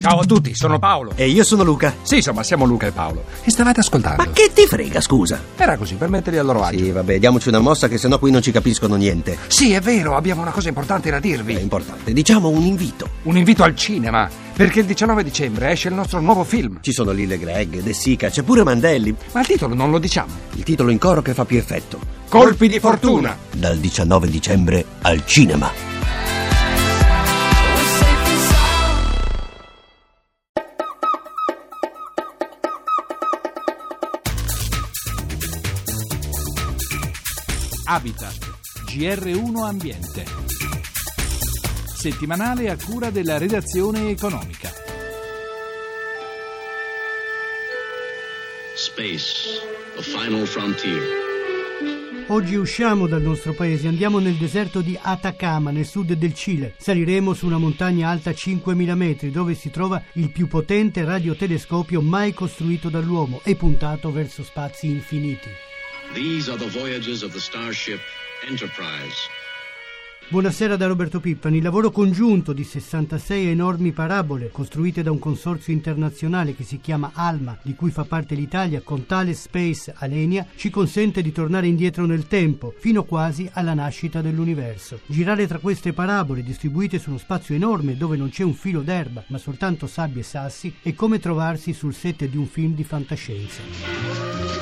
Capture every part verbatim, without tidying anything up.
Ciao a tutti, sono Paolo. E io sono Luca. Sì, insomma, siamo Luca e Paolo. E stavate ascoltando. Ma che ti frega, scusa? Era così, per metterli a loro agio. Sì, vabbè, diamoci una mossa che sennò qui non ci capiscono niente. Sì, è vero, abbiamo una cosa importante da dirvi. È importante, diciamo un invito. Un invito al cinema, perché il diciannove dicembre esce il nostro nuovo film. Ci sono Lille Greg, De Sica, c'è pure Mandelli. Ma il titolo non lo diciamo. Il titolo in coro che fa più effetto. Colpi di fortuna. Dal diciannove dicembre al cinema. Habitat, G R uno Ambiente. Settimanale a cura della redazione economica. Space, the final frontier. Oggi usciamo dal nostro paese, andiamo nel deserto di Atacama, nel sud del Cile. Saliremo su una montagna alta cinquemila metri, dove si trova il più potente radiotelescopio mai costruito dall'uomo e puntato verso spazi infiniti. These are the voyages of the starship Enterprise. Buonasera da Roberto Pippani. Il lavoro congiunto di sessantasei enormi parabole costruite da un consorzio internazionale che si chiama ALMA, di cui fa parte l'Italia, con Thales Space Alenia, ci consente di tornare indietro nel tempo, fino quasi alla nascita dell'universo. Girare tra queste parabole, distribuite su uno spazio enorme dove non c'è un filo d'erba, ma soltanto sabbie e sassi, è come trovarsi sul set di un film di fantascienza.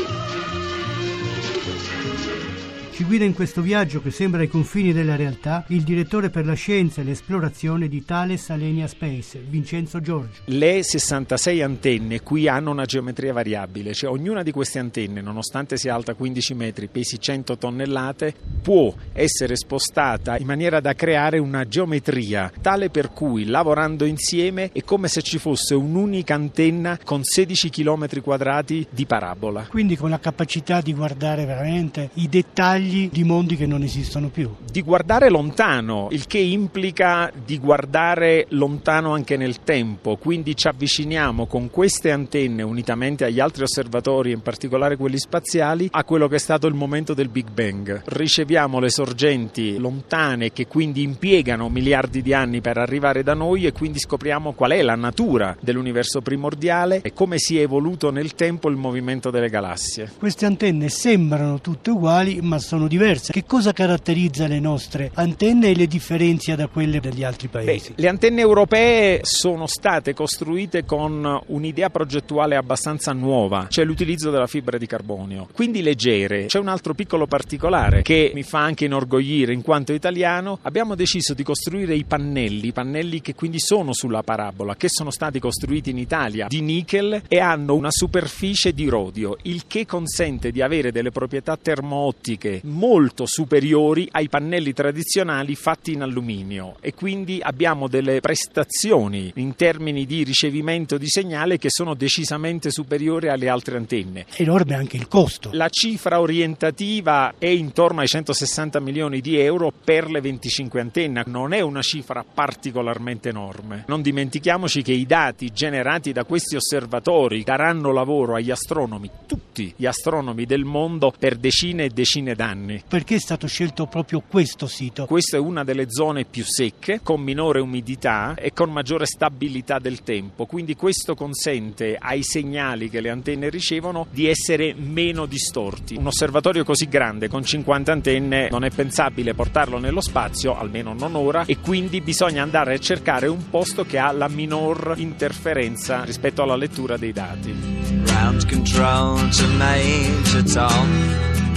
Ci guida in questo viaggio che sembra ai confini della realtà il direttore per la scienza e l'esplorazione di Thales Alenia Space, Vincenzo Giorgio. Le sessantasei antenne qui hanno una geometria variabile, cioè ognuna di queste antenne, nonostante sia alta quindici metri, pesi cento tonnellate, può essere spostata in maniera da creare una geometria tale per cui, lavorando insieme, è come se ci fosse un'unica antenna con sedici chilometri quadrati di parabola. Quindi con la capacità di guardare veramente i dettagli di mondi che non esistono più. Di guardare lontano, il che implica di guardare lontano anche nel tempo, quindi ci avviciniamo con queste antenne unitamente agli altri osservatori, in particolare quelli spaziali, a quello che è stato il momento del Big Bang. Riceviamo le sorgenti lontane che quindi impiegano miliardi di anni per arrivare da noi e quindi scopriamo qual è la natura dell'universo primordiale e come si è evoluto nel tempo il movimento delle galassie. Queste antenne sembrano tutte uguali, ma sono diverse. Che cosa caratterizza le nostre antenne e le differenzia da quelle degli altri paesi? Beh, le antenne europee sono state costruite con un'idea progettuale abbastanza nuova, cioè l'utilizzo della fibra di carbonio, quindi leggere. C'è un altro piccolo particolare che mi fa anche inorgoglire in quanto italiano. Abbiamo deciso di costruire i pannelli, i pannelli che quindi sono sulla parabola, che sono stati costruiti in Italia di nickel e hanno una superficie di rodio, il che consente di avere delle proprietà termoottiche molto superiori ai pannelli tradizionali fatti in alluminio e quindi abbiamo delle prestazioni in termini di ricevimento di segnale che sono decisamente superiori alle altre antenne. Enorme anche il costo. La cifra orientativa è intorno ai centosessanta milioni di euro per le venticinque antenne, non è una cifra particolarmente enorme. Non dimentichiamoci che i dati generati da questi osservatori daranno lavoro agli astronomi, tutti gli astronomi del mondo, per decine e decine d'anni. Perché è stato scelto proprio questo sito? Questa è una delle zone più secche, con minore umidità e con maggiore stabilità del tempo, quindi questo consente ai segnali che le antenne ricevono di essere meno distorti. Un osservatorio così grande, con cinquanta antenne, non è pensabile portarlo nello spazio, almeno non ora, e quindi bisogna andare a cercare un posto che ha la minor interferenza rispetto alla lettura dei dati. Ground control to Major Tom.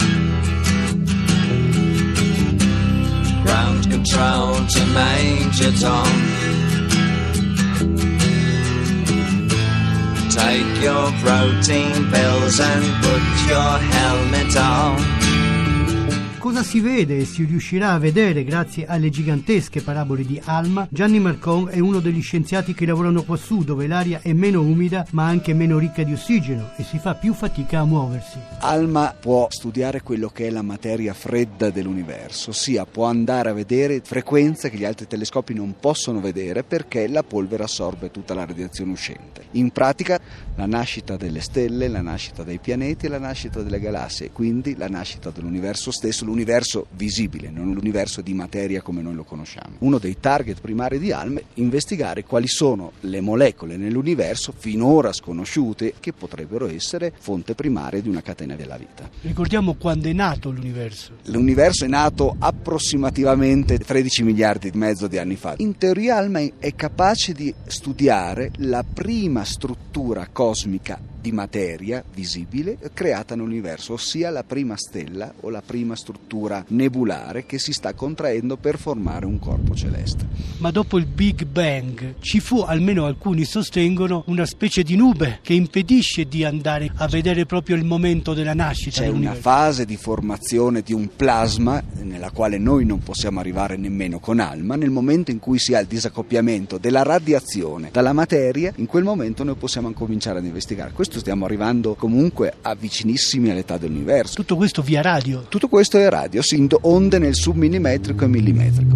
Ground control to Major Tom. Take your protein pills and put your helmet on. Cosa si vede e si riuscirà a vedere grazie alle gigantesche parabole di ALMA? Gianni Marcon è uno degli scienziati che lavorano quassù, dove l'aria è meno umida ma anche meno ricca di ossigeno e si fa più fatica a muoversi. ALMA può studiare quello che è la materia fredda dell'universo, ossia può andare a vedere frequenze che gli altri telescopi non possono vedere perché la polvere assorbe tutta la radiazione uscente. In pratica la nascita delle stelle, la nascita dei pianeti e la nascita delle galassie, e quindi la nascita dell'universo stesso. L'universo l'universo visibile, non l'universo di materia come noi lo conosciamo. Uno dei target primari di ALMA è investigare quali sono le molecole nell'universo finora sconosciute che potrebbero essere fonte primaria di una catena della vita. Ricordiamo quando è nato l'universo. L'universo è nato approssimativamente tredici miliardi e mezzo di anni fa. In teoria ALMA è capace di studiare la prima struttura cosmica di materia visibile creata nell'universo, ossia la prima stella o la prima struttura nebulare che si sta contraendo per formare un corpo celeste. Ma dopo il Big Bang ci fu, almeno alcuni sostengono, una specie di nube che impedisce di andare a vedere proprio il momento della nascita C'è dell'universo. una fase di formazione di un plasma nella quale noi non possiamo arrivare nemmeno con ALMA. Nel momento in cui si ha il disaccoppiamento della radiazione dalla materia, in quel momento noi possiamo cominciare ad investigare. Questo stiamo arrivando comunque a vicinissimi all'età dell'universo. Tutto questo via radio. Tutto questo è radio, sì, onde nel submillimetrico e millimetrico.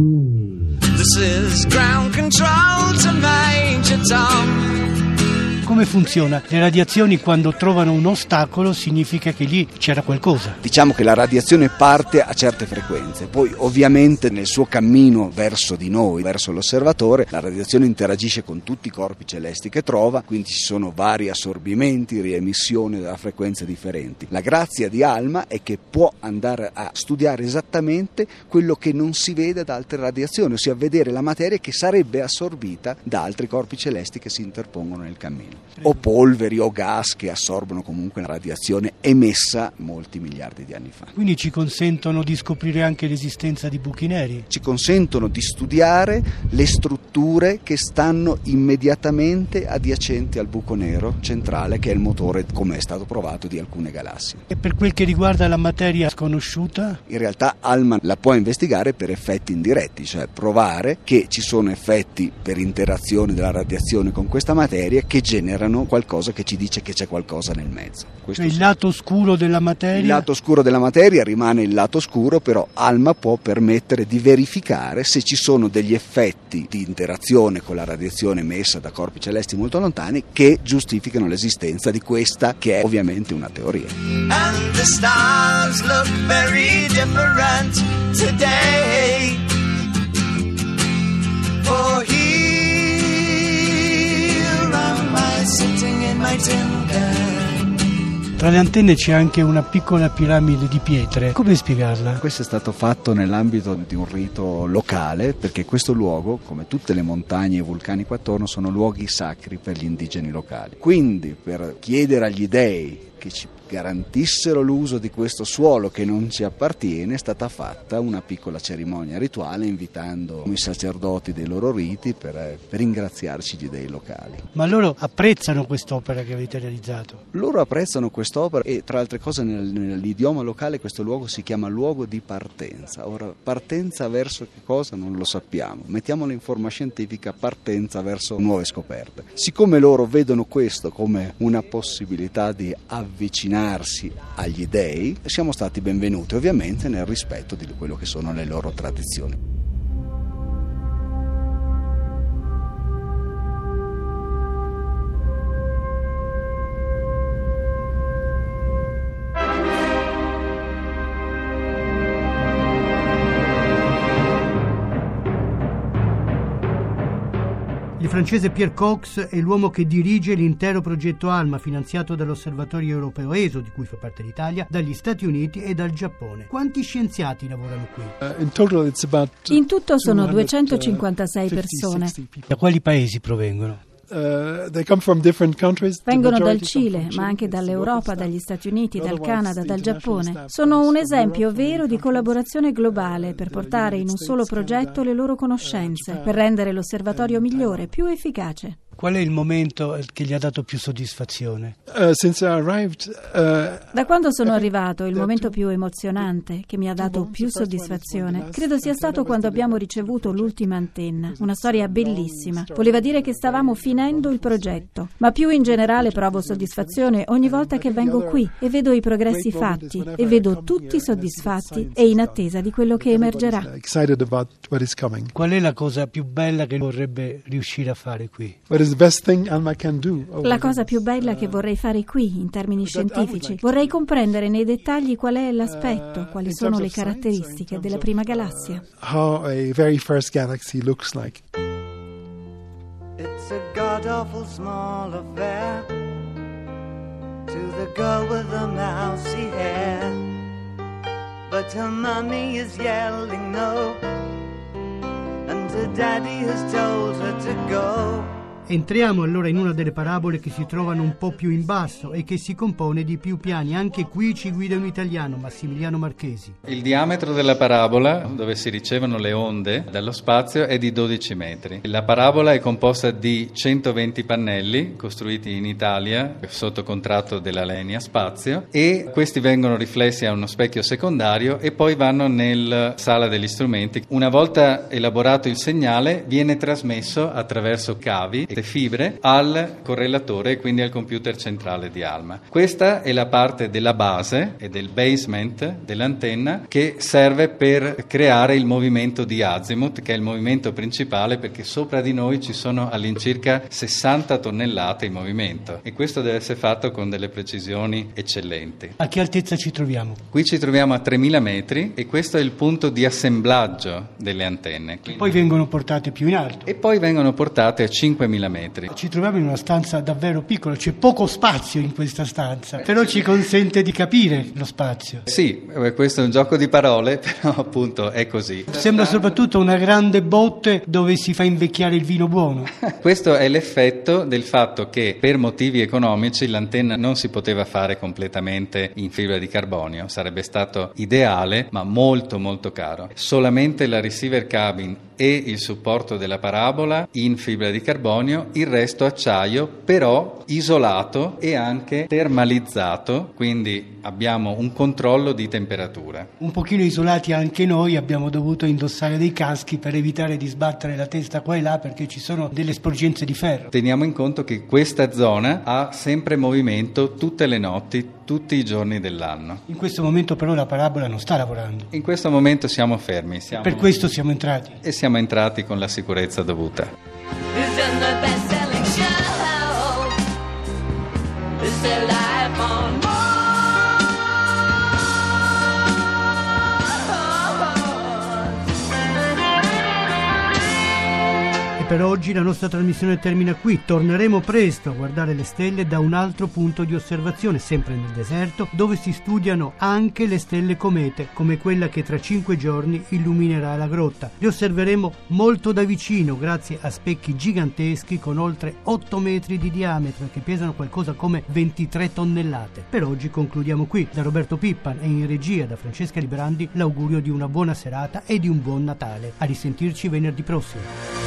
This is ground control to Major Tom. Come funziona? Le radiazioni quando trovano un ostacolo significa che lì c'era qualcosa. Diciamo che la radiazione parte a certe frequenze, poi ovviamente nel suo cammino verso di noi, verso l'osservatore, la radiazione interagisce con tutti i corpi celesti che trova, quindi ci sono vari assorbimenti, riemissioni da frequenze differenti. La grazia di ALMA è che può andare a studiare esattamente quello che non si vede da altre radiazioni, ossia vedere la materia che sarebbe assorbita da altri corpi celesti che si interpongono nel cammino. O polveri o gas che assorbono comunque la radiazione emessa molti miliardi di anni fa. Quindi ci consentono di scoprire anche l'esistenza di buchi neri? Ci consentono di studiare le strutture che stanno immediatamente adiacenti al buco nero centrale, che è il motore, come è stato provato, di alcune galassie. E per quel che riguarda la materia sconosciuta? In realtà ALMA la può investigare per effetti indiretti, cioè provare che ci sono effetti per interazione della radiazione con questa materia che generano qualcosa che ci dice che c'è qualcosa nel mezzo. Questo il sì. lato oscuro della materia? Il lato oscuro della materia rimane il lato oscuro, però ALMA può permettere di verificare se ci sono degli effetti di interazione con la radiazione emessa da corpi celesti molto lontani che giustificano l'esistenza di questa, che è ovviamente una teoria. And the stars look very different today. For sitting in my tin can. Tra le antenne c'è anche una piccola piramide di pietre. Come spiegarla? Questo è stato fatto nell'ambito di un rito locale, perché questo luogo, come tutte le montagne e vulcani qua attorno, sono luoghi sacri per gli indigeni locali. Quindi, per chiedere agli dei che ci garantissero l'uso di questo suolo che non ci appartiene, è stata fatta una piccola cerimonia rituale invitando i sacerdoti dei loro riti per, per ringraziarci gli dei locali. Ma loro apprezzano quest'opera che avete realizzato? Loro apprezzano quest'opera e, tra altre cose, nel, nell'idioma locale questo luogo si chiama luogo di partenza. Ora, partenza verso che cosa non lo sappiamo, mettiamolo in forma scientifica: partenza verso nuove scoperte. Siccome loro vedono questo come una possibilità di avvicinarsi agli dei, siamo stati benvenuti, ovviamente nel rispetto di quello che sono le loro tradizioni. Il francese Pierre Cox è l'uomo che dirige l'intero progetto ALMA, finanziato dall'Osservatorio Europeo E S O, di cui fa parte l'Italia, dagli Stati Uniti e dal Giappone. Quanti scienziati lavorano qui? In tutto sono duecentocinquantasei persone. Da quali paesi provengono? Vengono dal Cile, ma anche dall'Europa, dagli Stati Uniti, dal Canada, dal Giappone. Sono un esempio vero di collaborazione globale per portare in un solo progetto le loro conoscenze, per rendere l'osservatorio migliore, più efficace. Qual è il momento che gli ha dato più soddisfazione? Da quando sono arrivato, il momento più emozionante, che mi ha dato più soddisfazione, credo sia stato quando abbiamo ricevuto l'ultima antenna. Una storia bellissima. Voleva dire che stavamo finendo il progetto. Ma più in generale provo soddisfazione ogni volta che vengo qui e vedo i progressi fatti e vedo tutti soddisfatti e in attesa di quello che emergerà. Qual è la cosa più bella che vorrebbe riuscire a fare qui? La cosa più bella che vorrei fare qui, in termini scientifici, vorrei comprendere nei dettagli qual è l'aspetto, quali sono le caratteristiche della prima galassia. How a very first galaxy looks like. It's a god-awful small affair to the girl with the mousy hair, but her mommy is yelling no, and her daddy has told her to go. Entriamo allora in una delle parabole che si trovano un po' più in basso e che si compone di più piani. Anche qui ci guida un italiano, Massimiliano Marchesi. Il diametro della parabola, dove si ricevono le onde dallo spazio, è di dodici metri. La parabola è composta di centoventi pannelli costruiti in Italia sotto contratto della Alenia Spazio, e questi vengono riflessi a uno specchio secondario e poi vanno nella sala degli strumenti. Una volta elaborato il segnale, viene trasmesso attraverso cavi fibre al correlatore e quindi al computer centrale di Alma. Questa è la parte della base e del basement dell'antenna che serve per creare il movimento di azimuth, che è il movimento principale, perché sopra di noi ci sono all'incirca sessanta tonnellate in movimento e questo deve essere fatto con delle precisioni eccellenti. A che altezza ci troviamo? Qui ci troviamo a tremila metri e questo è il punto di assemblaggio delle antenne. Quindi... Poi vengono portate più in alto. E poi vengono portate a cinquemila metri. Ci troviamo in una stanza davvero piccola, c'è poco spazio in questa stanza, però ci consente di capire lo spazio. Sì, questo è un gioco di parole, però appunto è così. Sembra soprattutto una grande botte dove si fa invecchiare il vino buono. Questo è l'effetto del fatto che per motivi economici l'antenna non si poteva fare completamente in fibra di carbonio, sarebbe stato ideale ma molto molto caro. Solamente la receiver cabin e il supporto della parabola in fibra di carbonio, il resto acciaio, però isolato e anche termalizzato, quindi abbiamo un controllo di temperatura. Un pochino isolati anche noi, abbiamo dovuto indossare dei caschi per evitare di sbattere la testa qua e là perché ci sono delle sporgenze di ferro. Teniamo in conto che questa zona ha sempre movimento tutte le notti, tutti i giorni dell'anno. In questo momento però la parabola non sta lavorando. In questo momento siamo fermi. Siamo... Per questo siamo entrati. E siamo entrati con la sicurezza dovuta. Per oggi la nostra trasmissione termina qui, torneremo presto a guardare le stelle da un altro punto di osservazione, sempre nel deserto, dove si studiano anche le stelle comete, come quella che tra cinque giorni illuminerà la grotta. Le osserveremo molto da vicino grazie a specchi giganteschi con oltre otto metri di diametro che pesano qualcosa come ventitré tonnellate. Per oggi concludiamo qui. Da Roberto Pippan e in regia da Francesca Librandi l'augurio di una buona serata e di un buon Natale. A risentirci venerdì prossimo.